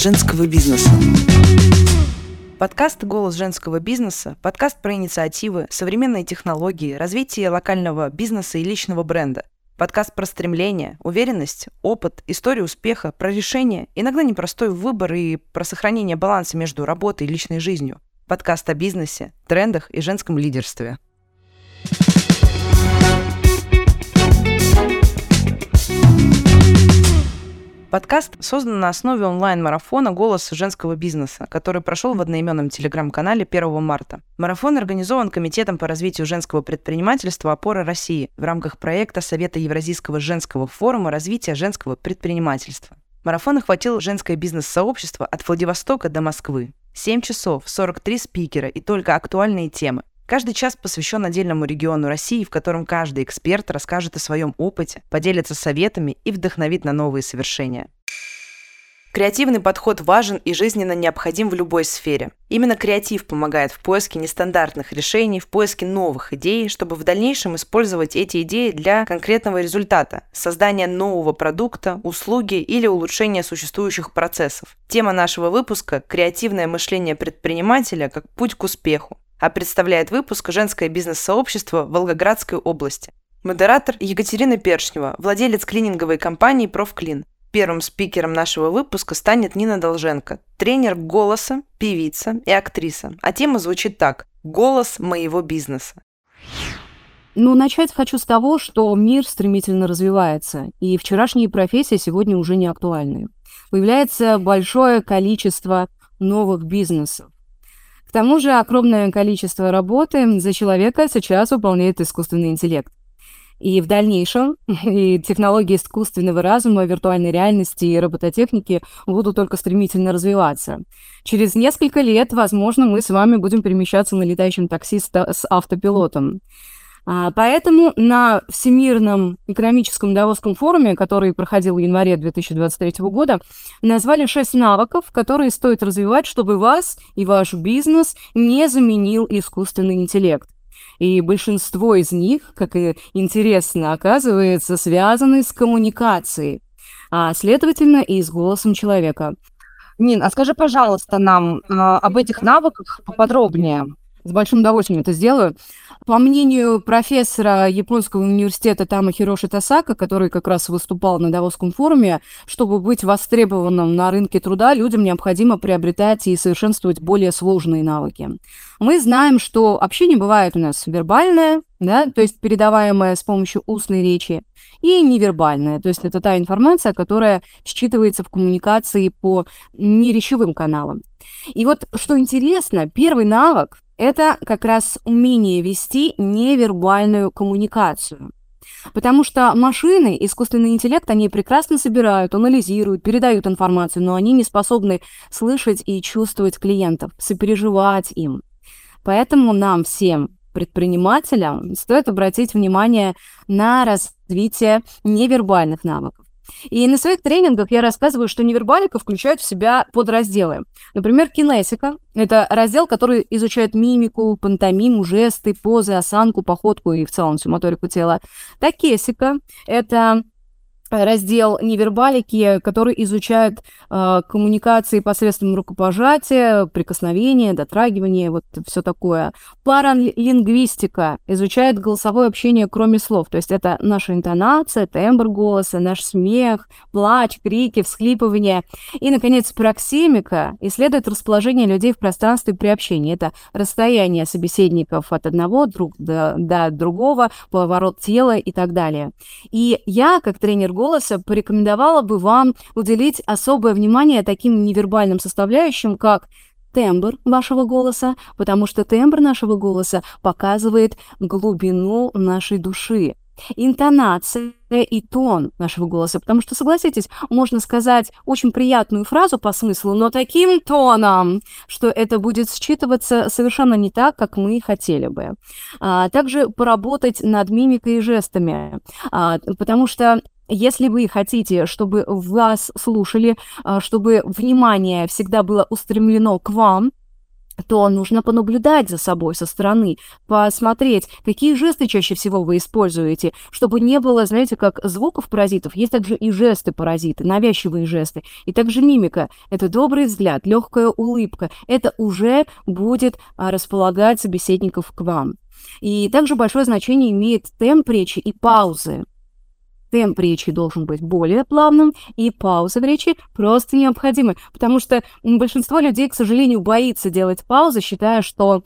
женского бизнеса. Подкаст «Голос женского бизнеса» – подкаст про инициативы, современные технологии, развитие локального бизнеса и личного бренда. Подкаст про стремление, уверенность, опыт, историю успеха, про решение, иногда непростой выбор и про сохранение баланса между работой и личной жизнью. Подкаст о бизнесе, трендах и женском лидерстве. Подкаст создан на основе онлайн-марафона «Голос женского бизнеса», который прошел в одноименном телеграм-канале 1 марта. Марафон организован Комитетом по развитию женского предпринимательства «Опора России» в рамках проекта Совета Евразийского женского форума развития женского предпринимательства. Марафон охватил женское бизнес-сообщество от Владивостока до Москвы. 7 часов, 43 спикера и только актуальные темы. Каждый час посвящен отдельному региону России, в котором каждый эксперт расскажет о своем опыте, поделится советами и вдохновит на новые совершения. Креативный подход важен и жизненно необходим в любой сфере. Именно креатив помогает в поиске нестандартных решений, в поиске новых идей, чтобы в дальнейшем использовать эти идеи для конкретного результата – создания нового продукта, услуги или улучшения существующих процессов. Тема нашего выпуска – «Креативное мышление предпринимателя как путь к успеху». А представляет выпуск женское бизнес-сообщество Волгоградской области. Модератор Екатерина Першнева, владелец клининговой компании «Профклин». Первым спикером нашего выпуска станет Нина Долженко, тренер голоса, певица и актриса. А тема звучит так: «Голос моего бизнеса». Начать хочу с того, что мир стремительно развивается, и вчерашние профессии сегодня уже не актуальны. Появляется большое количество новых бизнесов. К тому же огромное количество работы за человека сейчас выполняет искусственный интеллект. И в дальнейшем и технологии искусственного разума, виртуальной реальности и робототехники будут только стремительно развиваться. Через несколько лет, возможно, мы с вами будем перемещаться на летающем такси с автопилотом. Поэтому на Всемирном экономическом Давосском форуме, который проходил в январе 2023 года, назвали 6 навыков, которые стоит развивать, чтобы вас и ваш бизнес не заменил искусственный интеллект. И большинство из них, как и интересно оказывается, связаны с коммуникацией, а следовательно и с голосом человека. Нин, а скажи, пожалуйста, нам об этих навыках поподробнее. С большим удовольствием это сделаю. По мнению профессора японского университета Тама Хироши Тасака, который как раз выступал на Давосском форуме, чтобы быть востребованным на рынке труда, людям необходимо приобретать и совершенствовать более сложные навыки. Мы знаем, что общение бывает у нас вербальное, то есть передаваемое с помощью устной речи, и невербальное, то есть это та информация, которая считывается в коммуникации по неречевым каналам. И вот что интересно, первый навык – это как раз умение вести невербальную коммуникацию. Потому что машины, искусственный интеллект, они прекрасно собирают, анализируют, передают информацию, но они не способны слышать и чувствовать клиентов, сопереживать им. Поэтому нам всем, предпринимателям, стоит обратить внимание на развитие невербальных навыков. И на своих тренингах я рассказываю, что невербалика включает в себя подразделы. Например, кинесика – это раздел, который изучает мимику, пантомиму, жесты, позы, осанку, походку и в целом всю моторику тела. Такесика – это раздел невербалики, который изучает коммуникации посредством рукопожатия, прикосновения, дотрагивания, вот все такое. Паралингвистика изучает голосовое общение, кроме слов. То есть это наша интонация, тембр голоса, наш смех, плач, крики, всхлипывания. И, наконец, проксимика исследует расположение людей в пространстве при общении. Это расстояние собеседников от одного друг до другого, поворот тела и так далее. И я, как тренер голоса, порекомендовала бы вам уделить особое внимание таким невербальным составляющим, как тембр вашего голоса, потому что тембр нашего голоса показывает глубину нашей души. Интонация и тон нашего голоса, потому что, согласитесь, можно сказать очень приятную фразу по смыслу, но таким тоном, что это будет считываться совершенно не так, как мы хотели бы. Также поработать над мимикой и жестами, потому что если вы хотите, чтобы вас слушали, чтобы внимание всегда было устремлено к вам, то нужно понаблюдать за собой со стороны, посмотреть, какие жесты чаще всего вы используете, чтобы не было, знаете, как звуков паразитов, есть также и жесты-паразиты, навязчивые жесты, и также мимика. Это добрый взгляд, легкая улыбка. Это уже будет располагать собеседников к вам. И также большое значение имеет темп речи и паузы. Темп речи должен быть более плавным, и паузы в речи просто необходимы, потому что большинство людей, к сожалению, боится делать паузы, считая, что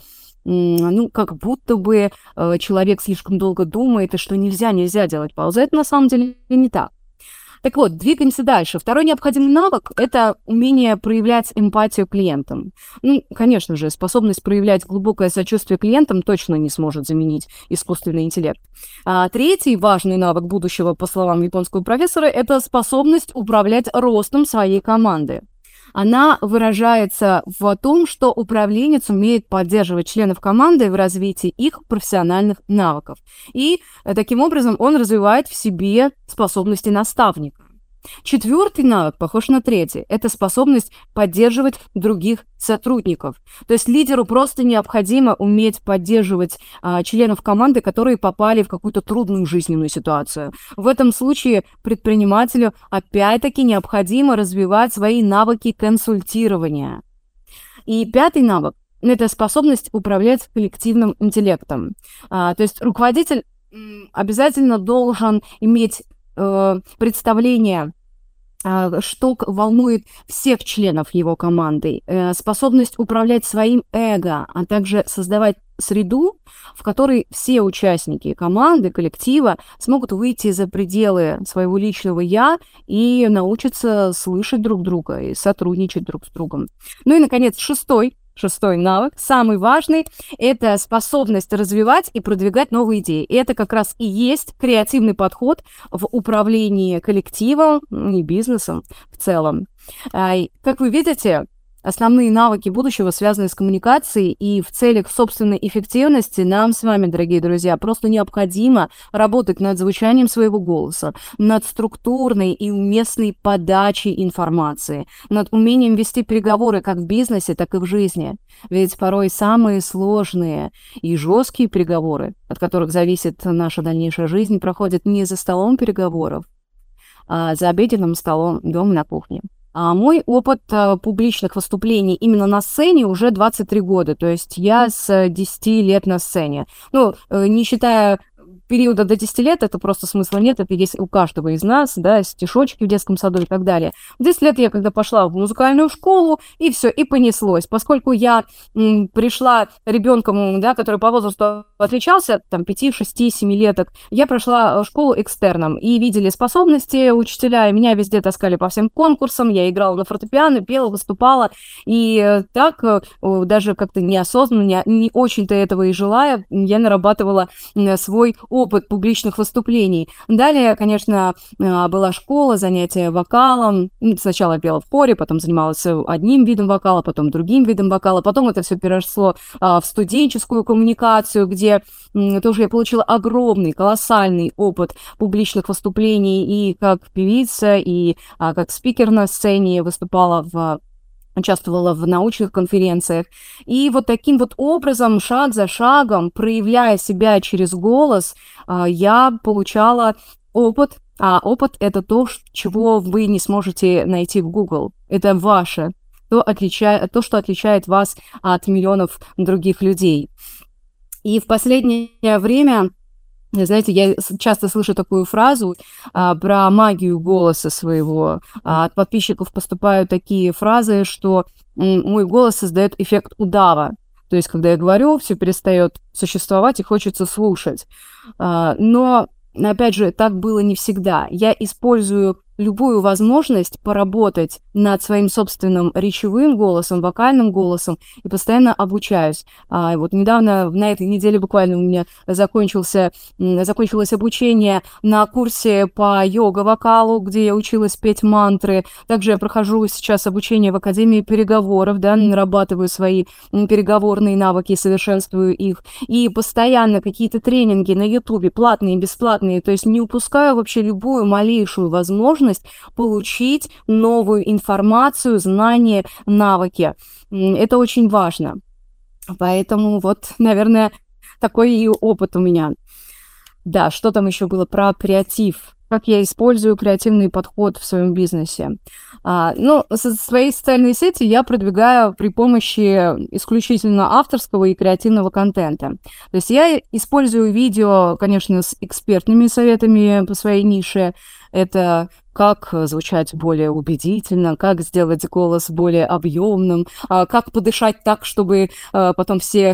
как будто бы человек слишком долго думает, и что нельзя делать паузы. Это на самом деле не так. Так вот, двигаемся дальше. Второй необходимый навык – это умение проявлять эмпатию клиентам. Конечно же, способность проявлять глубокое сочувствие клиентам точно не сможет заменить искусственный интеллект. А третий важный навык будущего, по словам японского профессора, это способность управлять ростом своей команды. Она выражается в том, что управленец умеет поддерживать членов команды в развитии их профессиональных навыков. И таким образом он развивает в себе способности наставника. Четвертый навык, похож на третий, это способность поддерживать других сотрудников. То есть лидеру просто необходимо уметь поддерживать членов команды, которые попали в какую-то трудную жизненную ситуацию. В этом случае предпринимателю опять-таки необходимо развивать свои навыки консультирования. И пятый навык – это способность управлять коллективным интеллектом. То есть руководитель обязательно должен иметь представление, что волнует всех членов его команды, способность управлять своим эго, а также создавать среду, в которой все участники команды, коллектива смогут выйти за пределы своего личного «я» и научиться слышать друг друга и сотрудничать друг с другом. Ну и, наконец, шестой навык, самый важный, это способность развивать и продвигать новые идеи. И это как раз и есть креативный подход в управлении коллективом и бизнесом в целом. Как вы видите, основные навыки будущего связаны с коммуникацией, и в целях собственной эффективности нам с вами, дорогие друзья, просто необходимо работать над звучанием своего голоса, над структурной и уместной подачей информации, над умением вести переговоры как в бизнесе, так и в жизни. Ведь порой самые сложные и жесткие переговоры, от которых зависит наша дальнейшая жизнь, проходят не за столом переговоров, а за обеденным столом дома на кухне. Мой опыт публичных выступлений именно на сцене уже 23 года, то есть я с 10 лет на сцене. Не считая периода до 10 лет, это просто смысла нет, это есть у каждого из нас, да, стишочки в детском саду и так далее. В 10 лет я когда пошла в музыкальную школу, и все, и понеслось. Поскольку я пришла ребенком, да, который по возрасту отличался, там, 5, 6, 7 леток, я прошла школу экстерном, и видели способности учителя, и меня везде таскали по всем конкурсам, я играла на фортепиано, пела, выступала, и так, даже как-то неосознанно, не очень-то этого и желая, я нарабатывала свой опыт публичных выступлений. Далее, конечно, была школа, занятия вокалом. Сначала я пела в хоре, потом занималась одним видом вокала, потом другим видом вокала. Потом это все переросло в студенческую коммуникацию, где тоже я получила огромный, колоссальный опыт публичных выступлений и как певица, и как спикер на сцене, участвовала в научных конференциях. И вот таким вот образом, шаг за шагом, проявляя себя через голос, я получала опыт. А опыт – это то, чего вы не сможете найти в Google. Это ваше, то, что отличает вас от миллионов других людей. И в последнее время, знаете, я часто слышу такую фразу про магию голоса своего. От подписчиков поступают такие фразы, что мой голос создает эффект удава. То есть, когда я говорю, все перестает существовать и хочется слушать. Но, опять же, так было не всегда. Я использую любую возможность поработать над своим собственным речевым голосом, вокальным голосом и постоянно обучаюсь. Вот недавно, на этой неделе буквально у меня закончилось обучение на курсе по йога-вокалу, где я училась петь мантры. Также я прохожу сейчас обучение в Академии переговоров, да, нарабатываю свои переговорные навыки, совершенствую их. И постоянно какие-то тренинги на Ютубе, платные, бесплатные, то есть не упускаю вообще любую малейшую возможность получить новую информацию, знания, навыки. Это очень важно. Поэтому вот, наверное, такой и опыт у меня. Да, что там еще было про креатив? Как я использую креативный подход в своем бизнесе? Свои социальные сети я продвигаю при помощи исключительно авторского и креативного контента. То есть я использую видео, конечно, с экспертными советами по своей нише. Это как звучать более убедительно, как сделать голос более объемным, как подышать так, чтобы потом все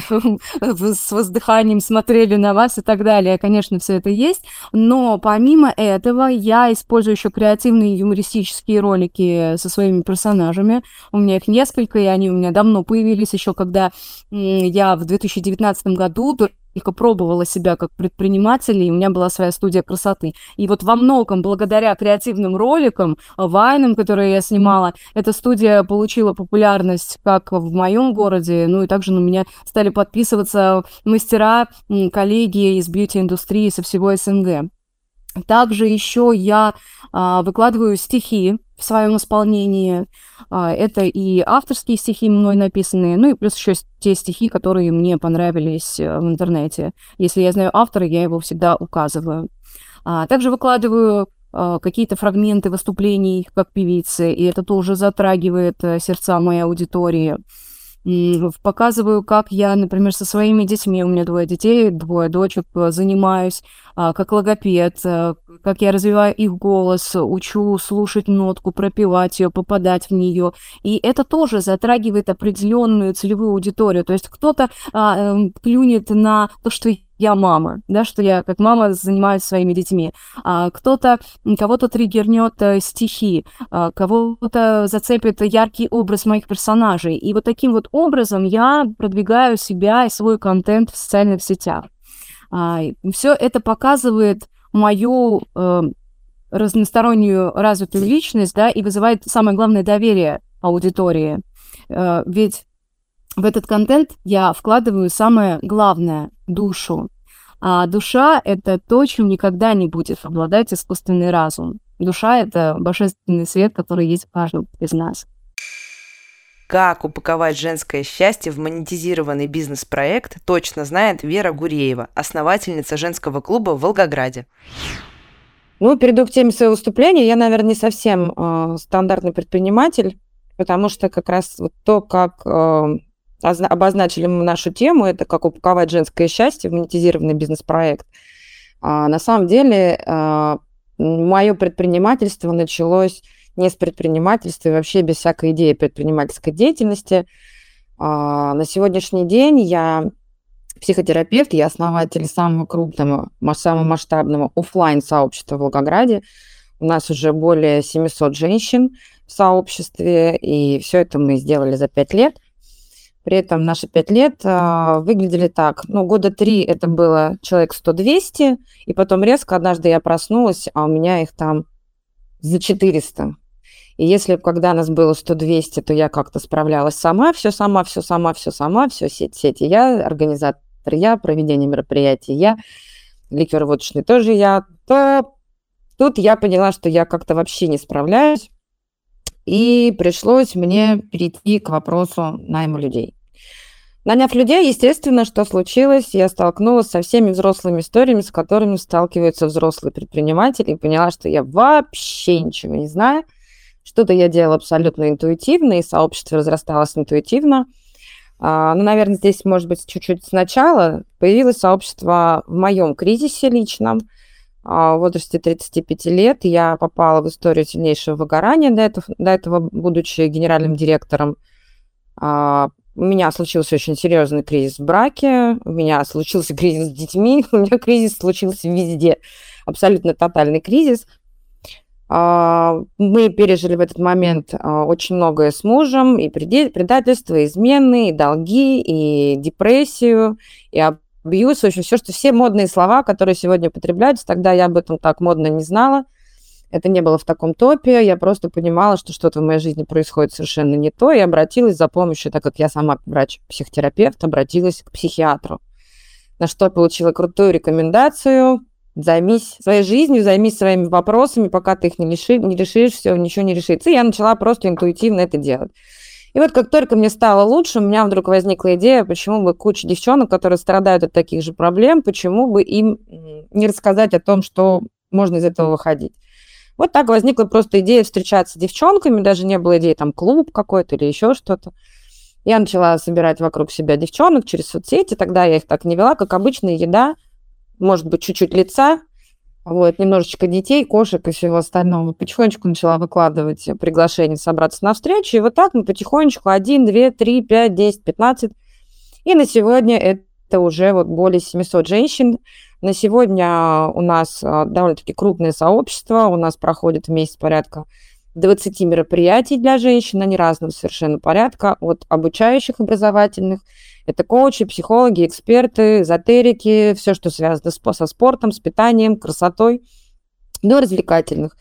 с воздыханием смотрели на вас и так далее. Конечно, все это есть. Но помимо этого я использую еще креативные юмористические ролики со своими персонажами. У меня их несколько, и они у меня давно появились еще, когда я в 2019 году только пробовала себя как предприниматель, и у меня была своя студия красоты. И вот во многом благодаря креативным роликам, вайнам, которые я снимала, эта студия получила популярность как в моем городе, ну и также на меня стали подписываться мастера, коллеги из бьюти-индустрии со всего СНГ. Также еще я выкладываю стихи в своем исполнении. Это и авторские стихи мной написанные, ну и плюс еще те стихи, которые мне понравились в интернете. Если я знаю автора, я его всегда указываю. Также выкладываю какие-то фрагменты выступлений как певицы, и это тоже затрагивает сердца моей аудитории. Показываю, как я, например, со своими детьми, у меня 2 детей, 2 дочек, занимаюсь, как логопед, как я развиваю их голос, учу слушать нотку, пропевать ее, попадать в нее. И это тоже затрагивает определенную целевую аудиторию. То есть кто-то клюнет на то, что я мама, да, что я как мама занимаюсь своими детьми. Кого-то триггернет стихи, кого-то зацепит яркий образ моих персонажей. И вот таким вот образом я продвигаю себя и свой контент в социальных сетях. Все это показывает мою разностороннюю развитую личность, да, и вызывает, самое главное, доверие аудитории. Ведь в этот контент я вкладываю самое главное — душу. А душа — это то, чем никогда не будет обладать искусственный разум. Душа — это божественный свет, который есть в каждом из нас. Как упаковать женское счастье в монетизированный бизнес-проект, точно знает Вера Гуреева, основательница женского клуба в Волгограде. Перейду к теме своего выступления. Я, наверное, не совсем стандартный предприниматель, потому что как раз вот то, как обозначили мы нашу тему, это как упаковать женское счастье в монетизированный бизнес-проект. На самом деле, мое предпринимательство началось не с предпринимательства и вообще без всякой идеи предпринимательской деятельности. На сегодняшний день я психотерапевт, я основатель самого крупного, самого масштабного офлайн-сообщества в Волгограде. У нас уже более 700 женщин в сообществе, и все это мы сделали за 5 лет. При этом наши 5 лет выглядели так. 3 года это было человек 100-200, и потом резко однажды я проснулась, а у меня их там за 400. И если когда нас было 100-200, то я как-то справлялась сама, все сети я, организатор я, проведение мероприятий я, ликер водочный тоже я, то тут я поняла, что я как-то вообще не справляюсь, и пришлось мне перейти к вопросу найма людей. Наняв людей, естественно, что случилось, я столкнулась со всеми взрослыми историями, с которыми сталкиваются взрослые предприниматели, и поняла, что я вообще ничего не знаю. Что-то я делала абсолютно интуитивно, и сообщество разрасталось интуитивно. Наверное, здесь, может быть, чуть-чуть сначала появилось сообщество в моем кризисе личном. В возрасте 35 лет я попала в историю сильнейшего выгорания, до этого будучи генеральным директором. У меня случился очень серьезный кризис в браке, у меня случился кризис с детьми, у меня кризис случился везде, абсолютно тотальный кризис. Мы пережили в этот момент очень многое с мужем, и предательство, и измены, и долги, и депрессию, и абьюз, в общем, все модные слова, которые сегодня употребляются. Тогда я об этом так модно не знала, это не было в таком топе, я просто понимала, что что-то в моей жизни происходит совершенно не то, и обратилась за помощью, так как я сама врач-психотерапевт, обратилась к психиатру, на что получила крутую рекомендацию: займись своей жизнью, займись своими вопросами, пока ты их не решишь, все, ничего не решится. И я начала просто интуитивно это делать. И вот как только мне стало лучше, у меня вдруг возникла идея, почему бы куча девчонок, которые страдают от таких же проблем, почему бы им не рассказать о том, что можно из этого выходить. Вот так возникла просто идея встречаться с девчонками, даже не было идеи там клуб какой-то или еще что-то. Я начала собирать вокруг себя девчонок через соцсети, тогда я их так не вела, как обычно, еда, может быть, чуть-чуть лица, вот, немножечко детей, кошек и всего остального. Потихонечку начала выкладывать приглашение собраться на встречу, и вот так мы потихонечку 1, 2, 3, 5, 10, 15. И на сегодня это уже вот более 700 женщин. На сегодня у нас довольно-таки крупное сообщество, у нас проходит в месяц порядка 20 мероприятий для женщин, они разного совершенно порядка, от обучающих образовательных, это коучи, психологи, эксперты, эзотерики, все, что связано со спортом, с питанием, красотой, до развлекательных.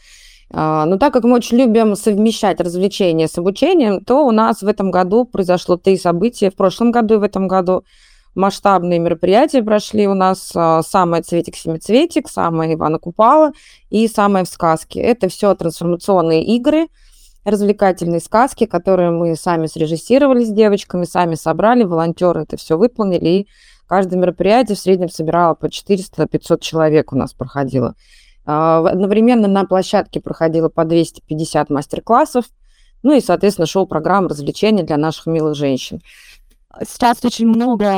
Но так как мы очень любим совмещать развлечения с обучением, то у нас в этом году произошло 3 события, в прошлом году и в этом году. Масштабные мероприятия прошли у нас. Самое «Цветик-семицветик», самое «Ивана Купала» и самое «В сказке». Это все трансформационные игры, развлекательные сказки, которые мы сами срежиссировали с девочками, сами собрали, волонтеры это все выполнили. И каждое мероприятие в среднем собирало по 400-500 человек у нас проходило. Одновременно на площадке проходило по 250 мастер-классов, ну и, соответственно, шоу-программ развлечений для наших милых женщин. Сейчас очень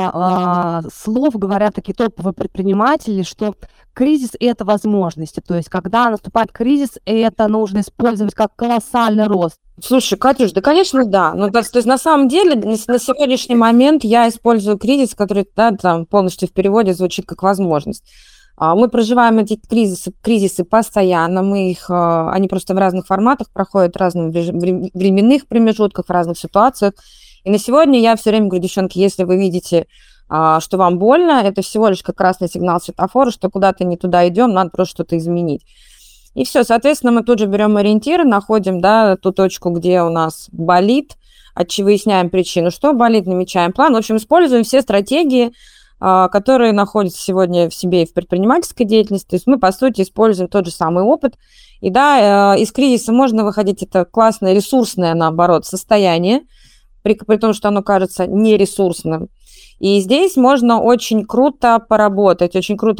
много слов говорят такие топовые предприниматели, что кризис – это возможности. То есть, когда наступает кризис, это нужно использовать как колоссальный рост. Слушай, Катюш, да, конечно, да. Ну, то есть, на самом деле, на сегодняшний момент я использую кризис, который там полностью в переводе звучит как возможность. Мы проживаем эти кризисы постоянно, они просто в разных форматах проходят, в разных временных промежутках, в разных ситуациях. И на сегодня я все время говорю, девчонки, если вы видите, что вам больно, это всего лишь как красный сигнал светофора, что куда-то не туда идем, надо просто что-то изменить. И все, соответственно, мы тут же берем ориентиры, находим, да, ту точку, где у нас болит, выясняем причину, что болит, намечаем план. В общем, используем все стратегии, которые находятся сегодня в себе и в предпринимательской деятельности. То есть мы, по сути, используем тот же самый опыт. И да, из кризиса можно выходить, это классное, ресурсное, наоборот, состояние, при том, что оно кажется нересурсным. И здесь можно очень круто поработать.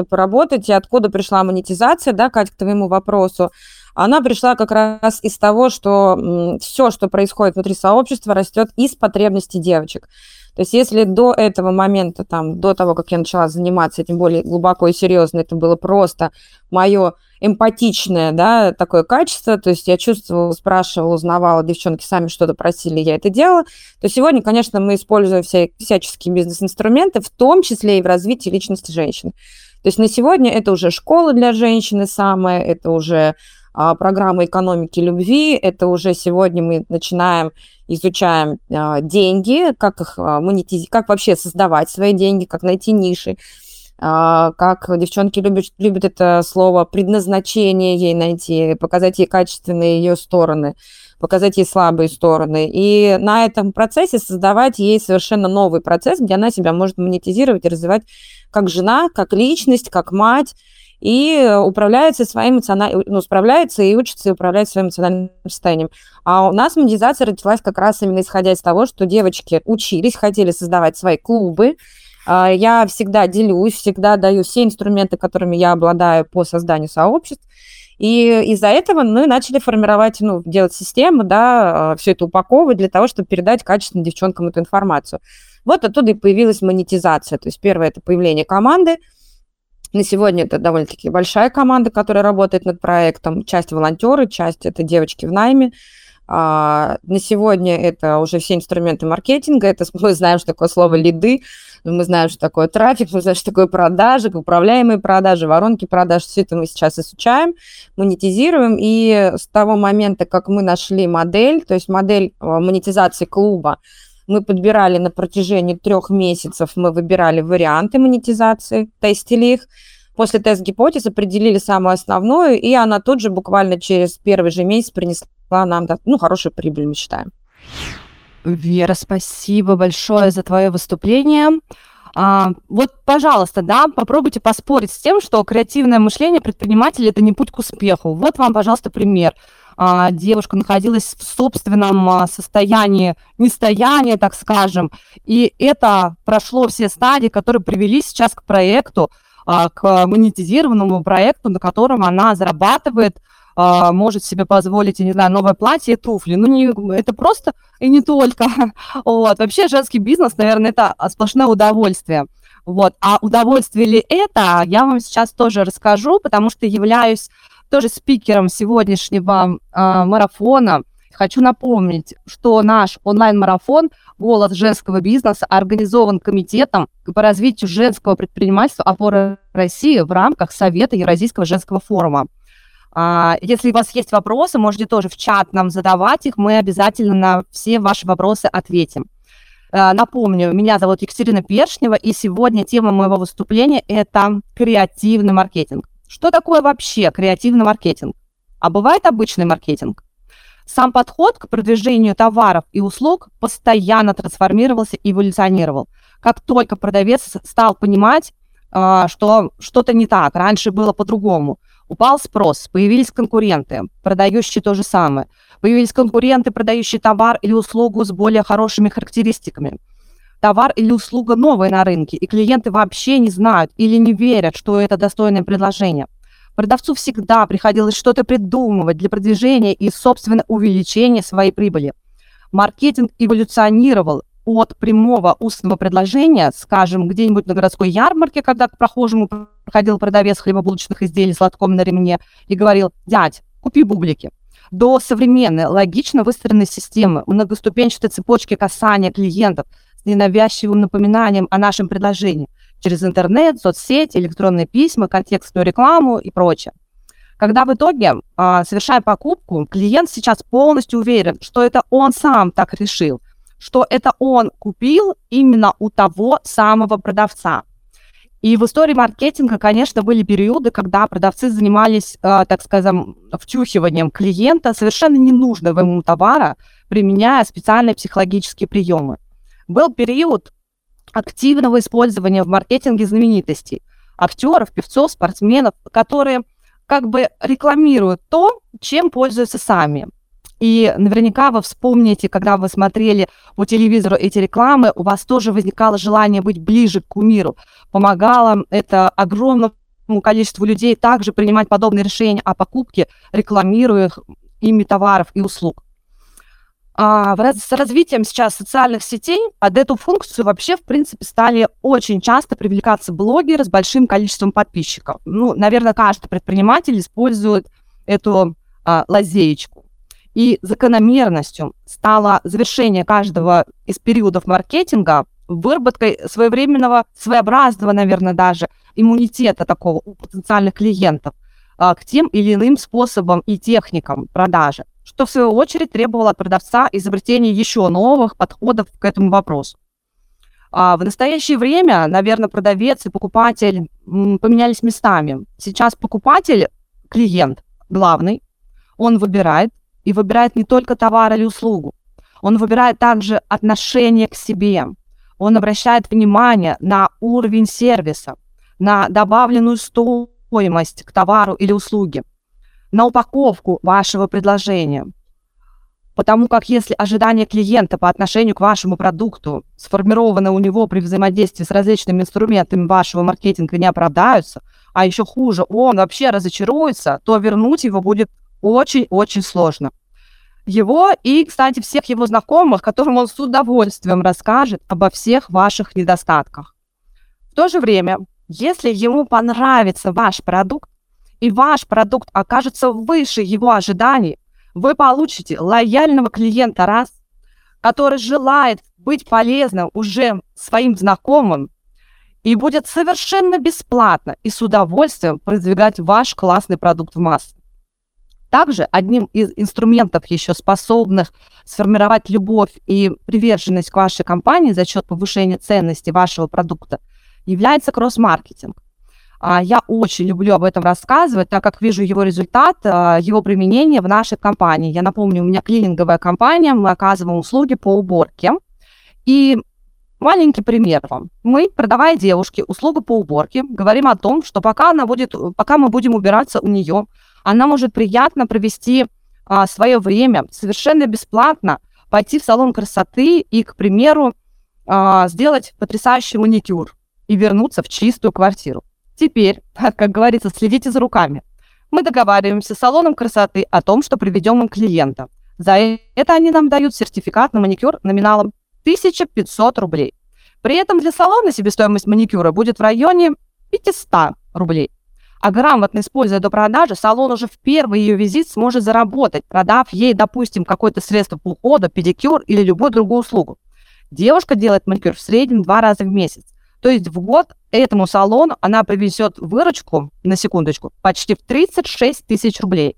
И откуда пришла монетизация, да, Катя, к твоему вопросу. Она пришла как раз из того, что все, что происходит внутри сообщества, растет из потребностей девочек. То есть если до этого момента, до того, как я начала заниматься этим более глубоко и серьезно, это было просто мое эмпатичное, да, такое качество, то есть я чувствовала, спрашивала, узнавала, девчонки сами что-то просили, я это делала, то сегодня, конечно, мы используем всяческие бизнес-инструменты, в том числе и в развитии личности женщин. То есть на сегодня это уже школа для женщины самая, это уже программа экономики любви, это уже сегодня мы изучаем деньги, как их монетизировать, как вообще создавать свои деньги, как найти ниши, как девчонки любят это слово предназначение ей найти, показать ей качественные ее стороны, показать ей слабые стороны. И на этом процессе создавать ей совершенно новый процесс, где она себя может монетизировать и развивать как жена, как личность, как мать, и справляется и учится управлять своим эмоциональным состоянием. А у нас монетизация родилась как раз именно исходя из того, что девочки учились, хотели создавать свои клубы. Я всегда делюсь, всегда даю все инструменты, которыми я обладаю по созданию сообществ. И из-за этого мы начали формировать, делать систему, да, все это упаковывать для того, чтобы передать качественно девчонкам эту информацию. Вот оттуда и появилась монетизация. То есть первое – это появление команды. На сегодня это довольно-таки большая команда, которая работает над проектом. Часть волонтеры, часть это девочки в найме. На сегодня это уже все инструменты маркетинга. Мы знаем, что такое слово лиды, мы знаем, что такое трафик, мы знаем, что такое продажи, управляемые продажи, воронки продаж. Все это мы сейчас изучаем, монетизируем. И с того момента, как мы нашли модель, то есть модель монетизации клуба, мы подбирали на протяжении 3 месяцев, мы выбирали варианты монетизации, тестили их. После тест-гипотез определили самую основную, и она тут же буквально через первый же месяц принесла нам хорошую прибыль, мы считаем. Вера, спасибо большое за твое выступление. Вот, пожалуйста, попробуйте поспорить с тем, что креативное мышление предпринимателя – это не путь к успеху. Вот вам, пожалуйста, пример. девушка находилась в собственном состоянии, нестояния, так скажем, и это прошло все стадии, которые привели сейчас к проекту, к монетизированному проекту, на котором она зарабатывает, может себе позволить, я не знаю, новое платье и туфли. Это просто и не только. Вот. Вообще женский бизнес, наверное, это сплошное удовольствие. Вот. А удовольствие ли это, я вам сейчас тоже расскажу, потому что являюсь тоже спикером сегодняшнего марафона. Хочу напомнить, что наш онлайн-марафон «Голос женского бизнеса» организован Комитетом по развитию женского предпринимательства «Опора России» в рамках Совета Евразийского женского форума. Если у вас есть вопросы, можете тоже в чат нам задавать их, мы обязательно на все ваши вопросы ответим. Напомню, меня зовут Екатерина Першнева, и сегодня тема моего выступления – это креативный маркетинг. Что такое вообще креативный маркетинг? А бывает обычный маркетинг? Сам подход к продвижению товаров и услуг постоянно трансформировался и эволюционировал. Как только продавец стал понимать, что что-то не так, раньше было по-другому, упал спрос, появились конкуренты, продающие то же самое. Появились конкуренты, продающие товар или услугу с более хорошими характеристиками. Товар или услуга новая на рынке, и клиенты вообще не знают или не верят, что это достойное предложение. Продавцу всегда приходилось что-то придумывать для продвижения и, собственно, увеличения своей прибыли. Маркетинг эволюционировал от прямого устного предложения, скажем, где-нибудь на городской ярмарке, когда к прохожему проходил продавец хлебобулочных изделий с лотком на ремне и говорил: «Дядь, купи бублики», до современной, логично выстроенной системы, многоступенчатой цепочки касания клиентов с ненавязчивым напоминанием о нашем предложении через интернет, соцсети, электронные письма, контекстную рекламу и прочее. Когда в итоге, совершая покупку, клиент сейчас полностью уверен, что это он сам так решил, что это он купил именно у того самого продавца. И в истории маркетинга, конечно, были периоды, когда продавцы занимались, так скажем, втюхиванием клиента совершенно ненужного ему товара, применяя специальные психологические приемы. Был период активного использования в маркетинге знаменитостей, актеров, певцов, спортсменов, которые как бы рекламируют то, чем пользуются сами. И наверняка вы вспомните, когда вы смотрели по телевизору эти рекламы, у вас тоже возникало желание быть ближе к кумиру. Помогало это огромному количеству людей также принимать подобные решения о покупке, рекламируя ими товаров и услуг. С развитием сейчас социальных сетей под эту функцию вообще, в принципе, стали очень часто привлекаться блогеры с большим количеством подписчиков. Наверное, каждый предприниматель использует эту лазеечку. И закономерностью стало завершение каждого из периодов маркетинга выработкой своевременного, своеобразного, наверное, даже иммунитета такого у потенциальных клиентов к тем или иным способам и техникам продажи, что в свою очередь требовало от продавца изобретения еще новых подходов к этому вопросу. В настоящее время, наверное, продавец и покупатель поменялись местами. Сейчас покупатель, клиент главный, он выбирает, и выбирает не только товар или услугу. Он выбирает также отношение к себе. Он обращает внимание на уровень сервиса, на добавленную стоимость к товару или услуге, на упаковку вашего предложения. Потому как если ожидания клиента по отношению к вашему продукту сформированы у него при взаимодействии с различными инструментами вашего маркетинга не оправдаются, а еще хуже, он вообще разочаруется, то вернуть его будет очень-очень сложно. Его и, кстати, всех его знакомых, которым он с удовольствием расскажет обо всех ваших недостатках. В то же время, если ему понравится ваш продукт, и ваш продукт окажется выше его ожиданий, вы получите лояльного клиента раз, который желает быть полезным уже своим знакомым и будет совершенно бесплатно и с удовольствием продвигать ваш классный продукт в массы. Также одним из инструментов, еще способных сформировать любовь и приверженность к вашей компании за счет повышения ценности вашего продукта, является кросс-маркетинг. Я очень люблю об этом рассказывать, так как вижу его результат, его применение в нашей компании. Я напомню, у меня клининговая компания, мы оказываем услуги по уборке. И маленький пример вам. Мы, продавая девушке услугу по уборке, говорим о том, что пока мы будем убираться у нее, она может приятно провести свое время совершенно бесплатно пойти в салон красоты и, к примеру, сделать потрясающий маникюр и вернуться в чистую квартиру. Теперь, как говорится, следите за руками. Мы договариваемся с салоном красоты о том, что приведем им клиента. За это они нам дают сертификат на маникюр номиналом 1500 рублей. При этом для салона себестоимость маникюра будет в районе 500 рублей. А грамотно используя до продажи, салон уже в первый ее визит сможет заработать, продав ей, допустим, какое-то средство по уходу, педикюр или любую другую услугу. Девушка делает маникюр в среднем 2 раза в месяц. То есть в год этому салону она привезет выручку, на секундочку, почти в 36 тысяч рублей.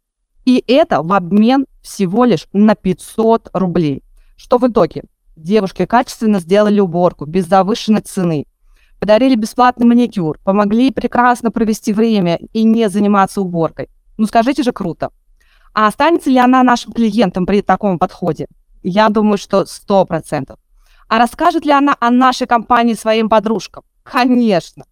И это в обмен всего лишь на 500 рублей. Что в итоге? Девушки качественно сделали уборку, без завышенной цены. Подарили бесплатный маникюр, помогли прекрасно провести время и не заниматься уборкой. Ну скажите же, круто. А останется ли она нашим клиентом при таком подходе? Я думаю, что 100%. А расскажет ли она о нашей компании своим подружкам? Конечно.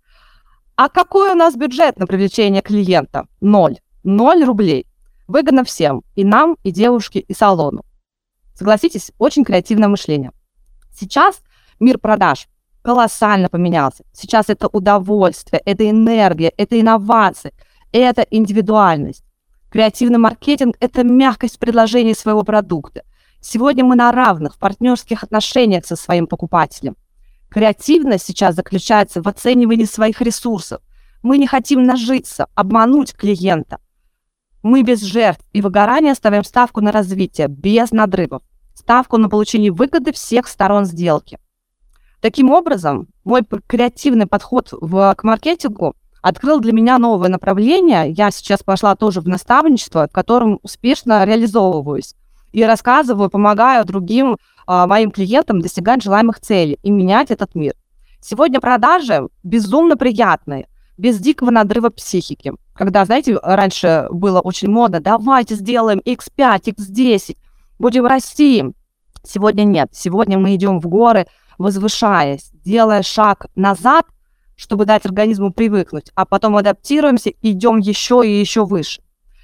А какой у нас бюджет на привлечение клиента? 0. 0 рублей. Выгодно всем, и нам, и девушке, и салону. Согласитесь, очень креативное мышление. Сейчас мир продаж колоссально поменялся. Сейчас это удовольствие, это энергия, это инновации, это индивидуальность. Креативный маркетинг – это мягкость предложения своего продукта. Сегодня мы на равных, в партнерских отношениях со своим покупателем. Креативность сейчас заключается в оценивании своих ресурсов. Мы не хотим нажиться, обмануть клиента. Мы без жертв и выгорания ставим ставку на развитие, без надрывов. Ставку на получение выгоды всех сторон сделки. Таким образом, мой креативный подход к маркетингу открыл для меня новое направление. Я сейчас пошла тоже в наставничество, в котором успешно реализовываюсь. И рассказываю, помогаю другим моим клиентам достигать желаемых целей и менять этот мир. Сегодня продажи безумно приятные, без дикого надрыва психики. Когда, знаете, раньше было очень модно, давайте сделаем X5, X10, будем расти. Сегодня нет. Сегодня мы идем в горы, возвышаясь, делая шаг назад, чтобы дать организму привыкнуть, а потом адаптируемся и идем еще и еще выше.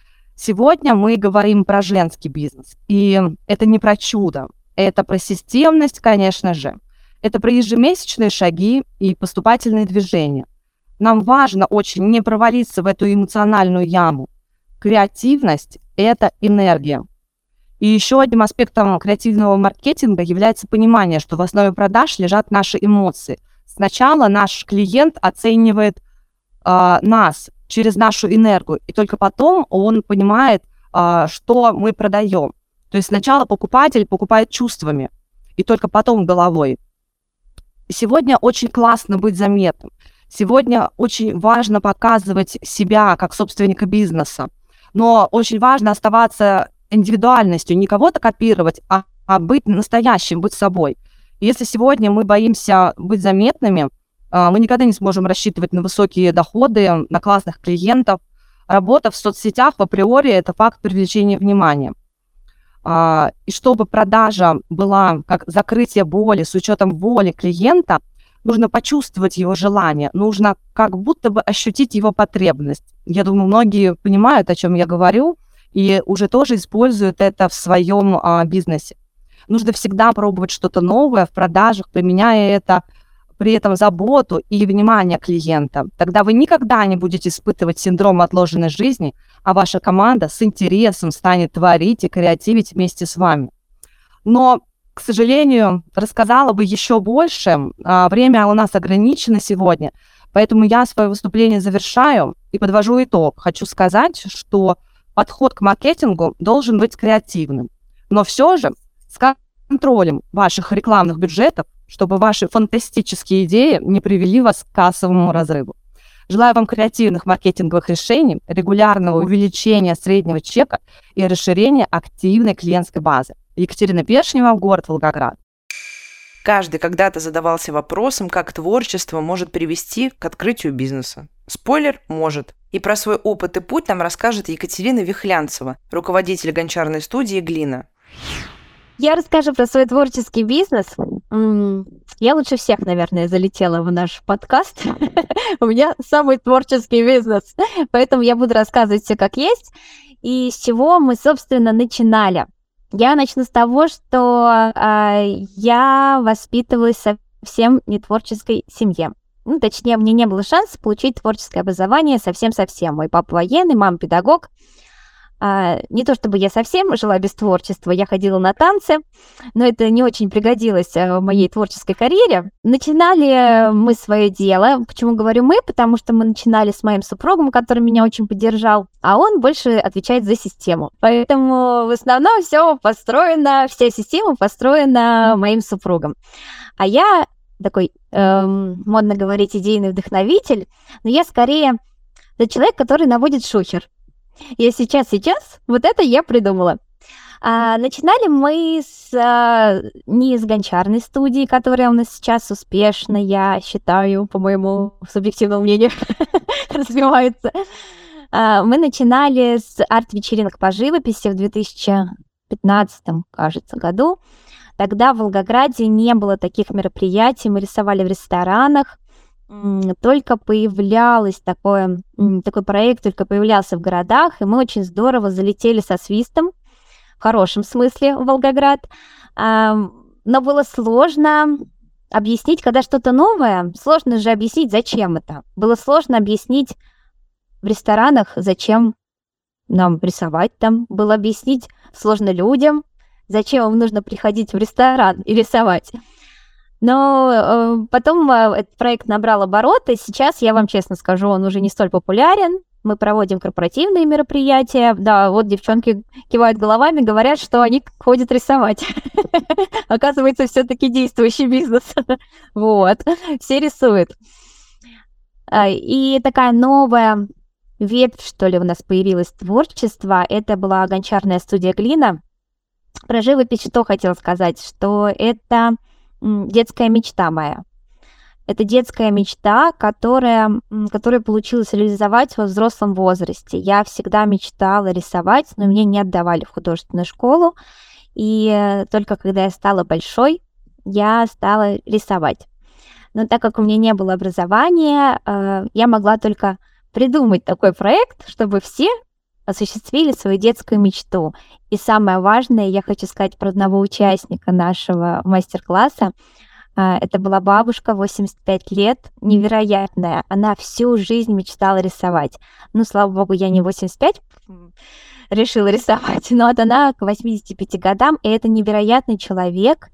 Сегодня мы говорим про женский бизнес, и это не про чудо, это про системность, конечно же. Это про ежемесячные шаги и поступательные движения. Нам важно очень не провалиться в эту эмоциональную яму. Креативность – это энергия. И еще одним аспектом креативного маркетинга является понимание, что в основе продаж лежат наши эмоции. Сначала наш клиент оценивает нас через нашу энергию, и только потом он понимает, что мы продаем. То есть сначала покупатель покупает чувствами, и только потом головой. И сегодня очень классно быть заметным. Сегодня очень важно показывать себя как собственника бизнеса, но очень важно оставаться индивидуальностью, не кого-то копировать, а быть настоящим, быть собой. Если сегодня мы боимся быть заметными, мы никогда не сможем рассчитывать на высокие доходы, на классных клиентов. Работа в соцсетях в априори – это факт привлечения внимания. И чтобы продажа была как закрытие боли с учетом воли клиента, нужно почувствовать его желание, нужно как будто бы ощутить его потребность. Я думаю, многие понимают, о чем я говорю, и уже тоже используют это в своем бизнесе. Нужно всегда пробовать что-то новое в продажах, применяя это, при этом заботу и внимание клиента. Тогда вы никогда не будете испытывать синдром отложенной жизни, а ваша команда с интересом станет творить и креативить вместе с вами. Но, к сожалению, рассказала бы еще больше. Время у нас ограничено сегодня, поэтому я свое выступление завершаю и подвожу итог. Хочу сказать, что подход к маркетингу должен быть креативным, но все же с контролем ваших рекламных бюджетов, чтобы ваши фантастические идеи не привели вас к кассовому разрыву. Желаю вам креативных маркетинговых решений, регулярного увеличения среднего чека и расширения активной клиентской базы. Екатерина Першнева, город Волгоград. Каждый когда-то задавался вопросом, как творчество может привести к открытию бизнеса. Спойлер – может. И про свой опыт и путь нам расскажет Екатерина Вихлянцева, руководитель гончарной студии «Глина». Я расскажу про свой творческий бизнес. Я лучше всех, наверное, залетела в наш подкаст. У меня самый творческий бизнес, поэтому я буду рассказывать все как есть. И с чего мы, собственно, начинали. Я начну с того, что я воспитывалась в совсем не творческой семье. Ну, точнее, мне не было шанса получить творческое образование совсем-совсем. Мой папа военный, мама педагог. Не то чтобы я совсем жила без творчества, я ходила на танцы, но это не очень пригодилось в моей творческой карьере. Начинали мы свое дело. Почему говорю мы? Потому что мы начинали с моим супругом, который меня очень поддержал, а он больше отвечает за систему. Поэтому в основном вся система построена моим супругом. А я такой, модно говорить, идейный вдохновитель, но я скорее человек, который наводит шухер. Я сейчас, вот это я придумала. Начинали мы не с гончарной студии, которая у нас сейчас успешно, я считаю, по моему субъективному мнению, развивается. Мы начинали с арт-вечеринок по живописи в 2015, кажется, году. Тогда в Волгограде не было таких мероприятий, мы рисовали в ресторанах. Только появлялся такой проект, только появлялся в городах, и мы очень здорово залетели со свистом, в хорошем смысле, в Волгоград. Но было сложно объяснить, когда что-то новое, сложно же объяснить, зачем это. Было сложно объяснить в ресторанах, зачем нам рисовать там. Было объяснить сложно людям, зачем им нужно приходить в ресторан и рисовать. Но потом этот проект набрал обороты. Сейчас, я вам честно скажу, он уже не столь популярен. Мы проводим корпоративные мероприятия. Да, вот девчонки кивают головами, говорят, что они ходят рисовать. Оказывается, все-таки действующий бизнес. Вот, все рисуют. И такая новая ветвь, что ли, у нас появилась творчество. Это была гончарная студия «Глина». Про живопись что хотела сказать, что это детская мечта моя. Это детская мечта, которая получилось реализовать во взрослом возрасте. Я всегда мечтала рисовать, но мне не отдавали в художественную школу. И только когда я стала большой, я стала рисовать. Но так как у меня не было образования, я могла только придумать такой проект, чтобы все осуществили свою детскую мечту. И самое важное, я хочу сказать про одного участника нашего мастер-класса. Это была бабушка, 85 лет, невероятная. Она всю жизнь мечтала рисовать. Ну, слава богу, я не 85 решила рисовать, но вот она к 85 годам, и это невероятный человек,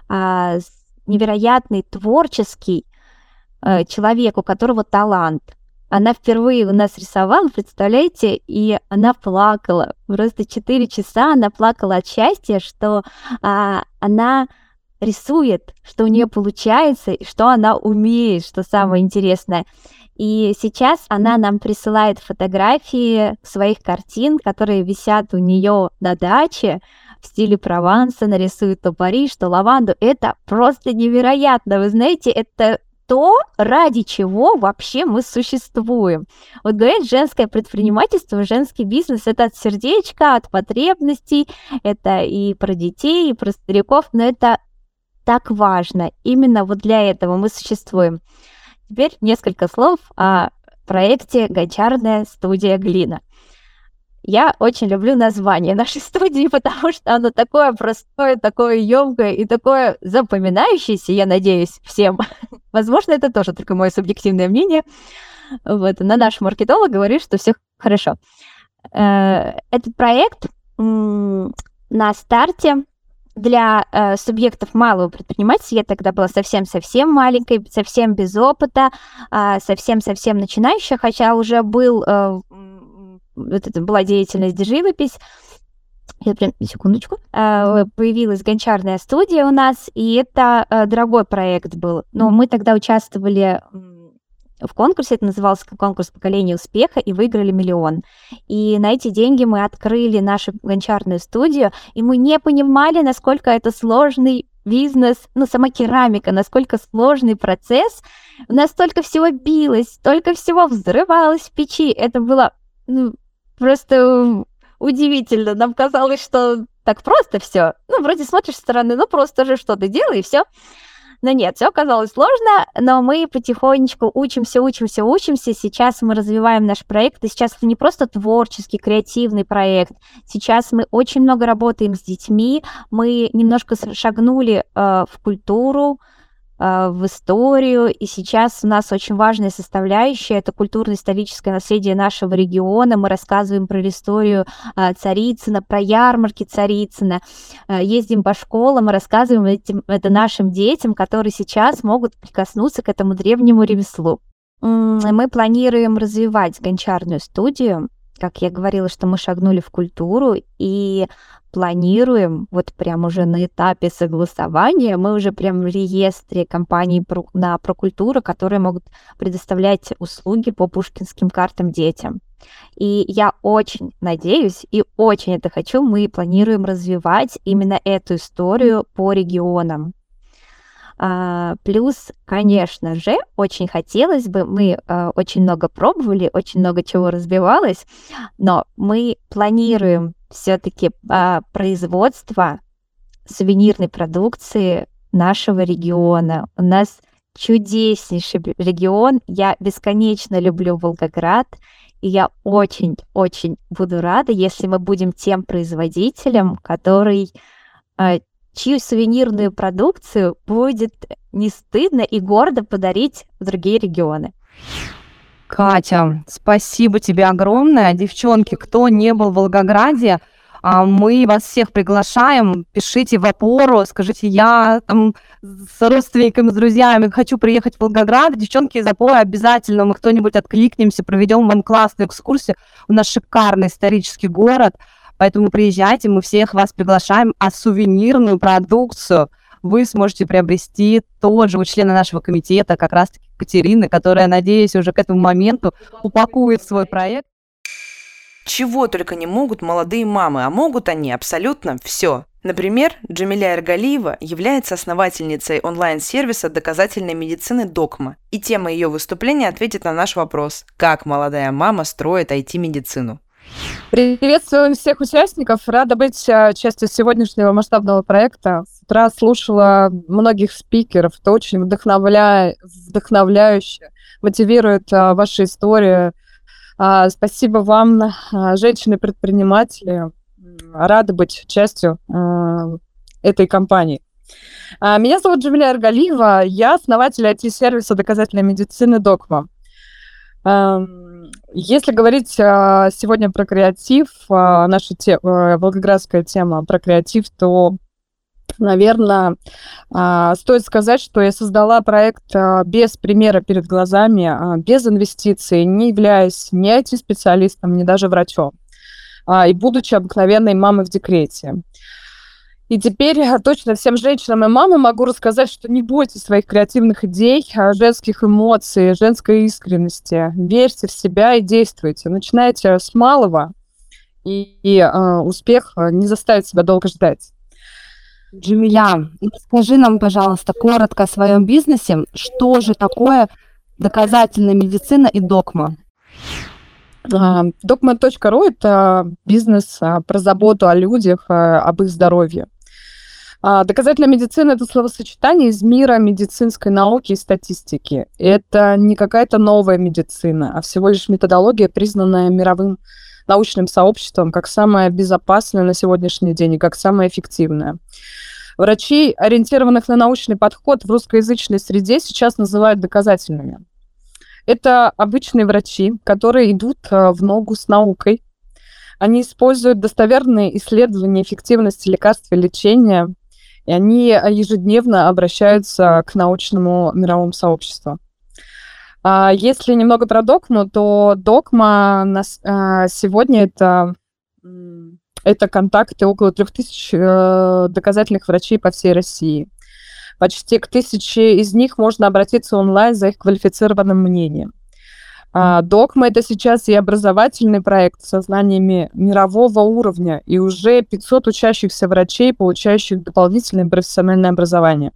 невероятный творческий человек, у которого талант. Она впервые у нас рисовала, представляете, и она плакала. Просто 4 часа она плакала от счастья, что она рисует, что у нее получается, и что она умеет, что самое интересное. И сейчас она нам присылает фотографии своих картин, которые висят у нее на даче в стиле Прованса, нарисует то Париж, то лаванду. Это просто невероятно. Вы знаете, это то, ради чего вообще мы существуем. Вот говорят, женское предпринимательство, женский бизнес — это от сердечка, от потребностей, это и про детей, и про стариков, но это так важно. Именно вот для этого мы существуем. Теперь несколько слов о проекте «Гончарная студия Глина». Я очень люблю название нашей студии, потому что оно такое простое, такое ёмкое и такое запоминающееся, я надеюсь, всем. Возможно, это тоже только мое субъективное мнение. Вот. Но наш маркетолог говорит, что все хорошо. Этот проект на старте для субъектов малого предпринимательства, я тогда была совсем-совсем маленькой, совсем без опыта, совсем-совсем начинающая, хотя уже была деятельность живопись. Секундочку. Появилась гончарная студия у нас, и это дорогой проект был. Но мы тогда участвовали в конкурсе, это назывался конкурс поколения успеха, и выиграли 1 миллион. И на эти деньги мы открыли нашу гончарную студию, и мы не понимали, насколько это сложный бизнес, сама керамика, насколько сложный процесс. У нас столько всего билось, столько всего взрывалось в печи. Это было просто удивительно. Нам казалось, что так просто все. Ну, вроде смотришь со стороны, ну, просто же что-то делай, и все. Но нет, все оказалось сложно, но мы потихонечку учимся. Сейчас мы развиваем наш проект, и сейчас это не просто творческий, креативный проект. Сейчас мы очень много работаем с детьми, мы немножко шагнули в культуру, в историю, и сейчас у нас очень важная составляющая — это культурно-историческое наследие нашего региона. Мы рассказываем про историю Царицына, про ярмарки Царицына, ездим по школам и рассказываем это нашим детям, которые сейчас могут прикоснуться к этому древнему ремеслу. Мы планируем развивать гончарную студию. Как я говорила, что мы шагнули в культуру, и планируем, вот прям уже на этапе согласования, мы уже прям в реестре компаний на прокультуру, которые могут предоставлять услуги по пушкинским картам детям. И я очень надеюсь и очень это хочу, мы планируем развивать именно эту историю по регионам. Плюс, конечно же, очень хотелось бы, мы очень много пробовали, очень много чего разбивалось, но мы планируем все-таки производство сувенирной продукции нашего региона. У нас чудеснейший регион, я бесконечно люблю Волгоград, и я очень-очень буду рада, если мы будем тем производителем, чью сувенирную продукцию будет не стыдно и гордо подарить в другие регионы. Катя, спасибо тебе огромное. Девчонки, кто не был в Волгограде, мы вас всех приглашаем. Пишите в опору, скажите, я там с родственниками, с друзьями хочу приехать в Волгоград. Девчонки из опоры обязательно, мы кто-нибудь откликнемся, проведем вам классную экскурсию. У нас шикарный исторический город. Поэтому приезжайте, мы всех вас приглашаем, а сувенирную продукцию вы сможете приобрести тоже у члена нашего комитета, как раз-таки Катерины, которая, надеюсь, уже к этому моменту упакует свой проект. Чего только не могут молодые мамы, а могут они абсолютно все. Например, Джамиля Эргалиева является основательницей онлайн-сервиса доказательной медицины «Докма», и тема ее выступления ответит на наш вопрос: как молодая мама строит IT-медицину. Приветствую всех участников. Рада быть частью сегодняшнего масштабного проекта. С утра слушала многих спикеров. Это очень вдохновляюще, мотивирует ваша история. Спасибо вам, женщины-предприниматели. Рада быть частью этой компании. Меня зовут Джамиля Эргалиева. Я основатель IT-сервиса доказательной медицины «Докма». Если говорить сегодня про креатив, наша волгоградская тема про креатив, то, наверное, стоит сказать, что я создала проект без примера перед глазами, без инвестиций, не являясь ни IT-специалистом, ни даже врачом, и будучи обыкновенной мамой в декрете. И теперь точно всем женщинам и мамам могу рассказать, что не бойтесь своих креативных идей, женских эмоций, женской искренности. Верьте в себя и действуйте. Начинайте с малого, и успех не заставит себя долго ждать. Джамиля, скажи нам, пожалуйста, коротко о своем бизнесе. Что же такое доказательная медицина и Докма? Dogma.ru – это бизнес про заботу о людях, об их здоровье. Доказательная медицина – это словосочетание из мира медицинской науки и статистики. Это не какая-то новая медицина, а всего лишь методология, признанная мировым научным сообществом как самая безопасная на сегодняшний день и как самая эффективная. Врачей, ориентированных на научный подход в русскоязычной среде, сейчас называют доказательными. Это обычные врачи, которые идут в ногу с наукой. Они используют достоверные исследования эффективности лекарств и лечения, и они ежедневно обращаются к научному мировому сообществу. Если немного про Докму, то Докма сегодня это контакты около 3000 доказательных врачей по всей России. Почти к 1000 из них можно обратиться онлайн за их квалифицированным мнением. Докма – это сейчас и образовательный проект со знаниями мирового уровня, и уже 500 учащихся врачей, получающих дополнительное профессиональное образование.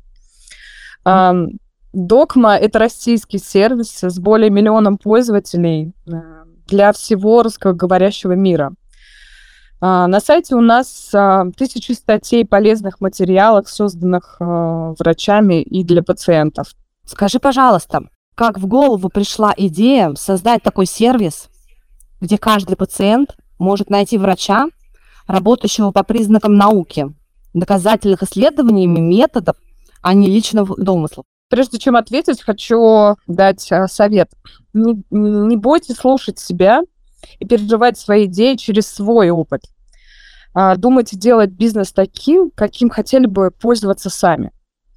Докма – это российский сервис с более 1 миллионом пользователей для всего русскоговорящего мира. На сайте у нас 1000 статей полезных материалов, созданных врачами и для пациентов. Скажи, пожалуйста, как в голову пришла идея создать такой сервис, где каждый пациент может найти врача, работающего по признакам науки, доказательных исследованиями, методов, а не личных домыслов? Прежде чем ответить, хочу дать совет. Не бойтесь слушать себя и переживать свои идеи через свой опыт. Думайте делать бизнес таким, каким хотели бы пользоваться сами.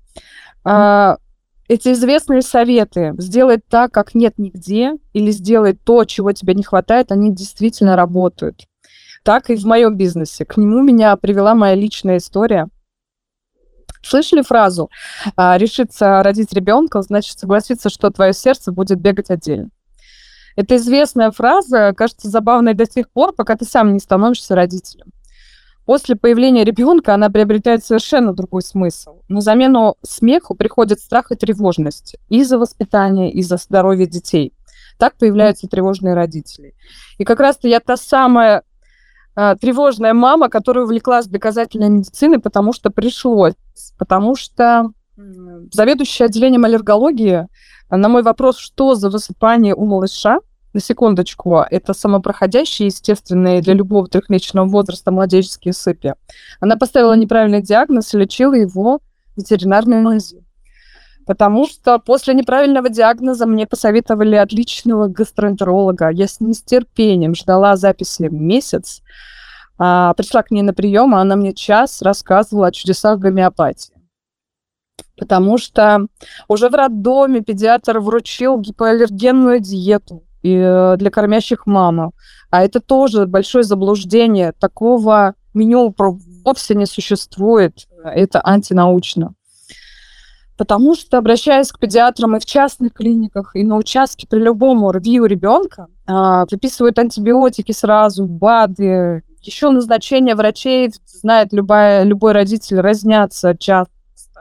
Эти известные советы «сделай так, как нет нигде» или «сделай то, чего тебе не хватает», они действительно работают. Так и в моем бизнесе. К нему меня привела моя личная история. Слышали фразу «решиться родить ребенка, значит согласиться, что твое сердце будет бегать отдельно». Эта известная фраза кажется забавной до тех пор, пока ты сам не становишься родителем. После появления ребенка она приобретает совершенно другой смысл. На замену смеху приходит страх и тревожность и за воспитание, и за здоровье детей. Так появляются тревожные родители. И как раз-то я та самая тревожная мама, которая увлеклась доказательной медициной, потому что пришлось. Потому что заведующая отделением аллергологии на мой вопрос, что за высыпание у малыша, на секундочку, это самопроходящие, естественные для любого трехмесячного возраста младенческие сыпи, она поставила неправильный диагноз и лечила его ветеринарной мазью. Потому что после неправильного диагноза мне посоветовали отличного гастроэнтеролога. Я с нетерпением ждала записи месяц. Пришла к ней на прием, а она мне час рассказывала о чудесах гомеопатии. Потому что уже в роддоме педиатр вручил гипоаллергенную диету для кормящих мам. А это тоже большое заблуждение. Такого меню вовсе не существует. Это антинаучно. Потому что, обращаясь к педиатрам и в частных клиниках, и на участке при любом ОРВИ у ребенка, выписывают антибиотики сразу, БАДы, еще назначения врачей, знает любой родитель, разнятся часто.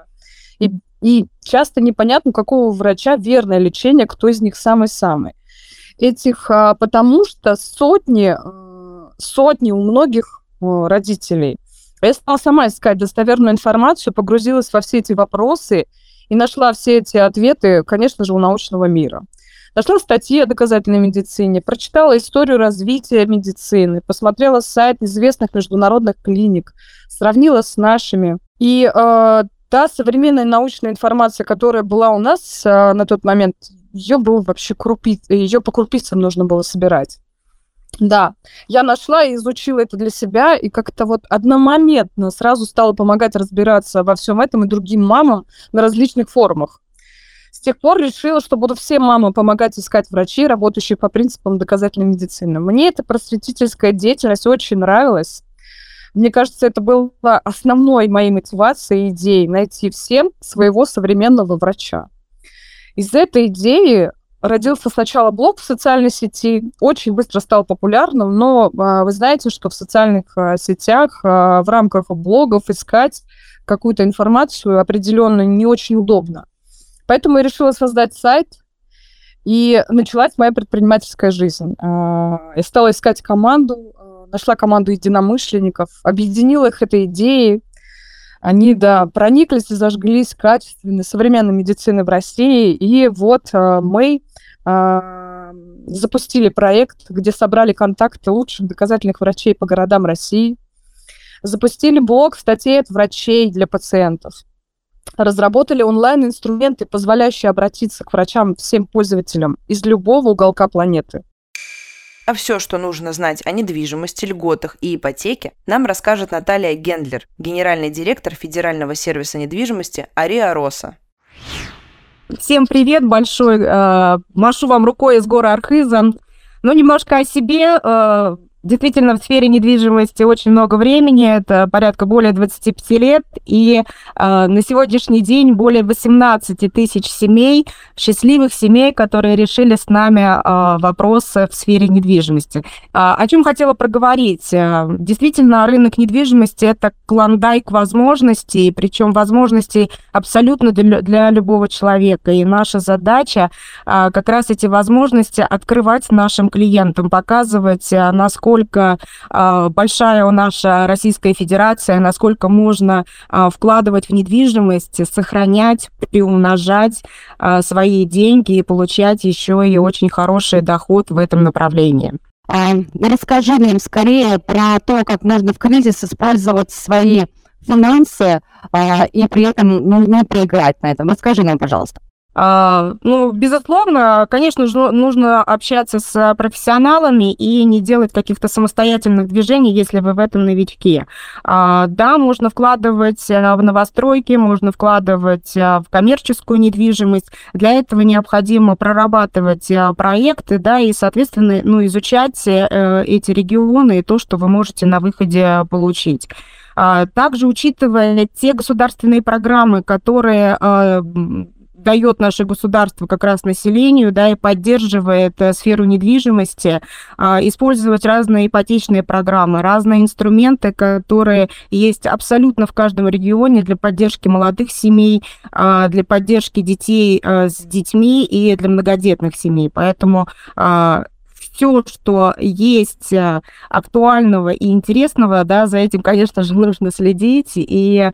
И часто непонятно, у какого врача верное лечение, кто из них самый-самый. Потому что сотни у многих родителей. Я стала сама искать достоверную информацию, погрузилась во все эти вопросы и нашла все эти ответы, конечно же, у научного мира. Нашла статьи о доказательной медицине, прочитала историю развития медицины, посмотрела сайт известных международных клиник, сравнила с нашими. И та современная научная информация, которая была у нас на тот момент, ее было вообще ее по крупицам нужно было собирать. Да, я нашла и изучила это для себя, и как-то вот одномоментно сразу стала помогать разбираться во всем этом и другим мамам на различных форумах. С тех пор решила, что буду всем мамам помогать искать врачей, работающих по принципам доказательной медицины. Мне эта просветительская деятельность очень нравилась. Мне кажется, это было основной моей мотивацией и идеей найти всем своего современного врача. Из этой идеи родился сначала блог в социальной сети, очень быстро стал популярным, но вы знаете, что в социальных сетях в рамках блогов искать какую-то информацию определенную не очень удобно. Поэтому я решила создать сайт, и началась моя предпринимательская жизнь. Я стала искать команду, нашла команду единомышленников, объединила их этой идеей. Они, прониклись и зажглись качественной современной медицины в России. И вот мы запустили проект, где собрали контакты лучших доказательных врачей по городам России. Запустили блог статей от врачей для пациентов. Разработали онлайн-инструменты, позволяющие обратиться к врачам всем пользователям из любого уголка планеты. А все, что нужно знать о недвижимости, льготах и ипотеке, нам расскажет Наталья Гендлер, генеральный директор федерального сервиса недвижимости Ариа Росса. Всем привет большой. Машу вам рукой из города Архиза. Немножко о себе. Действительно, в сфере недвижимости очень много времени, это порядка более 25 лет, и на сегодняшний день более 18 тысяч семей, счастливых семей, которые решили с нами вопросы в сфере недвижимости. О чем хотела проговорить? Действительно, рынок недвижимости – это клондайк возможностей, причем возможностей абсолютно для любого человека, и наша задача как раз эти возможности открывать нашим клиентам, показывать, насколько насколько большая наша Российская Федерация, насколько можно вкладывать в недвижимость, сохранять, приумножать свои деньги и получать еще и очень хороший доход в этом направлении. Расскажи нам скорее про то, как можно в кризис использовать свои финансы и при этом не проиграть на этом. Расскажи нам, пожалуйста. Безусловно, конечно, нужно общаться с профессионалами и не делать каких-то самостоятельных движений, если вы в этом новички. Да, можно вкладывать в новостройки, можно вкладывать в коммерческую недвижимость. Для этого необходимо прорабатывать проекты, да, и, соответственно, изучать эти регионы и то, что вы можете на выходе получить. Также учитывая те государственные программы, которые дает наше государство как раз населению, да, и поддерживает сферу недвижимости, использовать разные ипотечные программы, разные инструменты, которые есть абсолютно в каждом регионе для поддержки молодых семей, для поддержки детей с детьми и для многодетных семей. Поэтому все, что есть актуального и интересного, да, за этим, конечно же, нужно следить и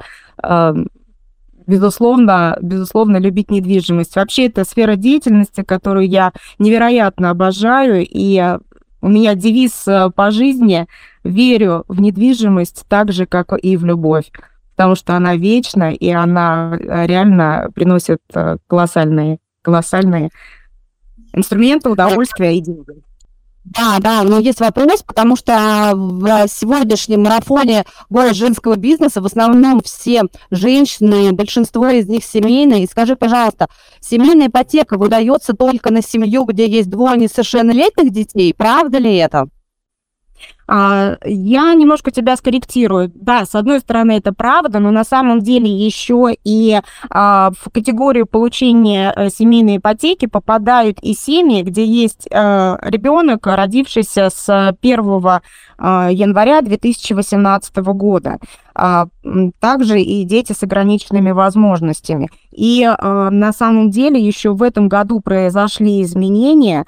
безусловно, любить недвижимость. Вообще, это сфера деятельности, которую я невероятно обожаю, и у меня девиз по жизни «Верю в недвижимость так же, как и в любовь», потому что она вечна, и она реально приносит колоссальные инструменты, удовольствия и деньги. Да, но есть вопрос, потому что в сегодняшнем марафоне «Голос женского бизнеса» в основном все женщины, большинство из них семейные. И скажи, пожалуйста, семейная ипотека выдается только на семью, где есть двое несовершеннолетних детей? Правда ли это? Я немножко тебя скорректирую. Да, с одной стороны, это правда, но на самом деле еще и в категорию получения семейной ипотеки попадают и семьи, где есть ребенок, родившийся с 1 января 2018 года. Также и дети с ограниченными возможностями. И на самом деле еще в этом году произошли изменения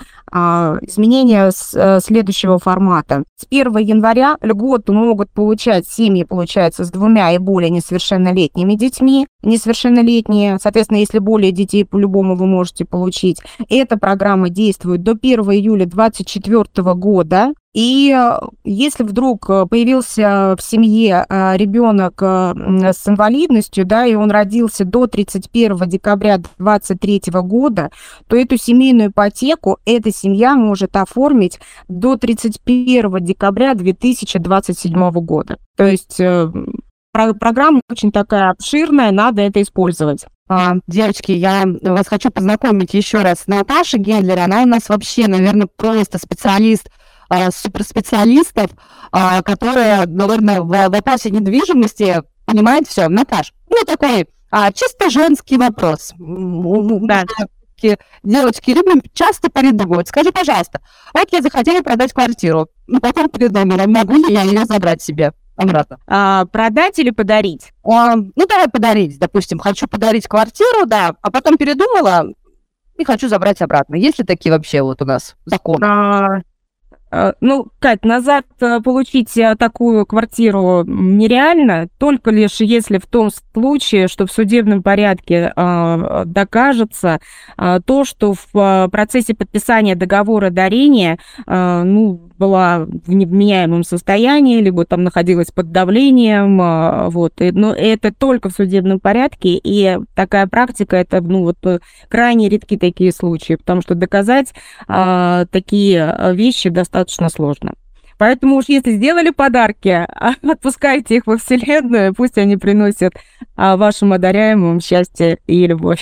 следующего формата. С 1 января льготу могут получать семьи, получается, с 2 и более несовершеннолетними детьми. Несовершеннолетние, соответственно, если более детей, по-любому вы можете получить. Эта программа действует до 1 июля 2024 года. И если вдруг появился в семье ребенок с инвалидностью, да, и он родился до 31 декабря 2023 года, то эту семейную ипотеку эта семья может оформить до 31 декабря 2027 года. То есть программа очень такая обширная, надо это использовать. Девочки, я вас хочу познакомить еще раз с Наташей Гендлер. Она у нас вообще, наверное, просто специалист суперспециалистов, которые, наверное, в вопросе недвижимости понимают все. Наташ, такой чисто женский вопрос. Да. Девочки любим часто придумывать. Скажи, пожалуйста, вот я захотела продать квартиру, потом придумала, могу ли я ее забрать себе обратно? Продать или подарить? Давай подарить, допустим. Хочу подарить квартиру, да, а потом передумала и хочу забрать обратно. Есть ли такие вообще вот у нас законы? Кать, назад получить такую квартиру нереально, только лишь если в том случае, что в судебном порядке докажется то, что в процессе подписания договора дарения была в невменяемом состоянии, либо там находилась под давлением, но это только в судебном порядке, и такая практика, это крайне редки такие случаи, потому что доказать такие вещи достаточно сложно. Поэтому уж если сделали подарки, отпускайте их во Вселенную, пусть они приносят вашим одаряемым счастье и любовь.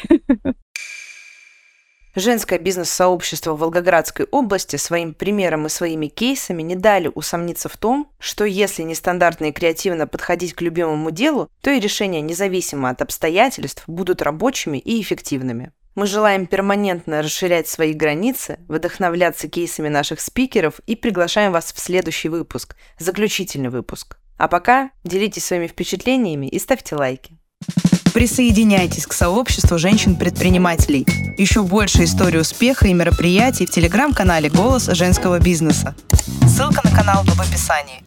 Женское бизнес-сообщество Волгоградской области своим примером и своими кейсами не дали усомниться в том, что если нестандартно и креативно подходить к любимому делу, то и решения, независимо от обстоятельств, будут рабочими и эффективными. Мы желаем перманентно расширять свои границы, вдохновляться кейсами наших спикеров и приглашаем вас в следующий выпуск, заключительный выпуск. А пока делитесь своими впечатлениями и ставьте лайки. Присоединяйтесь к сообществу женщин-предпринимателей. Еще больше историй успеха и мероприятий в телеграм-канале «Голос женского бизнеса». Ссылка на канал в описании.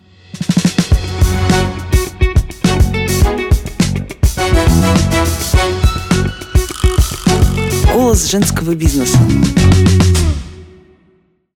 Голос женского бизнеса.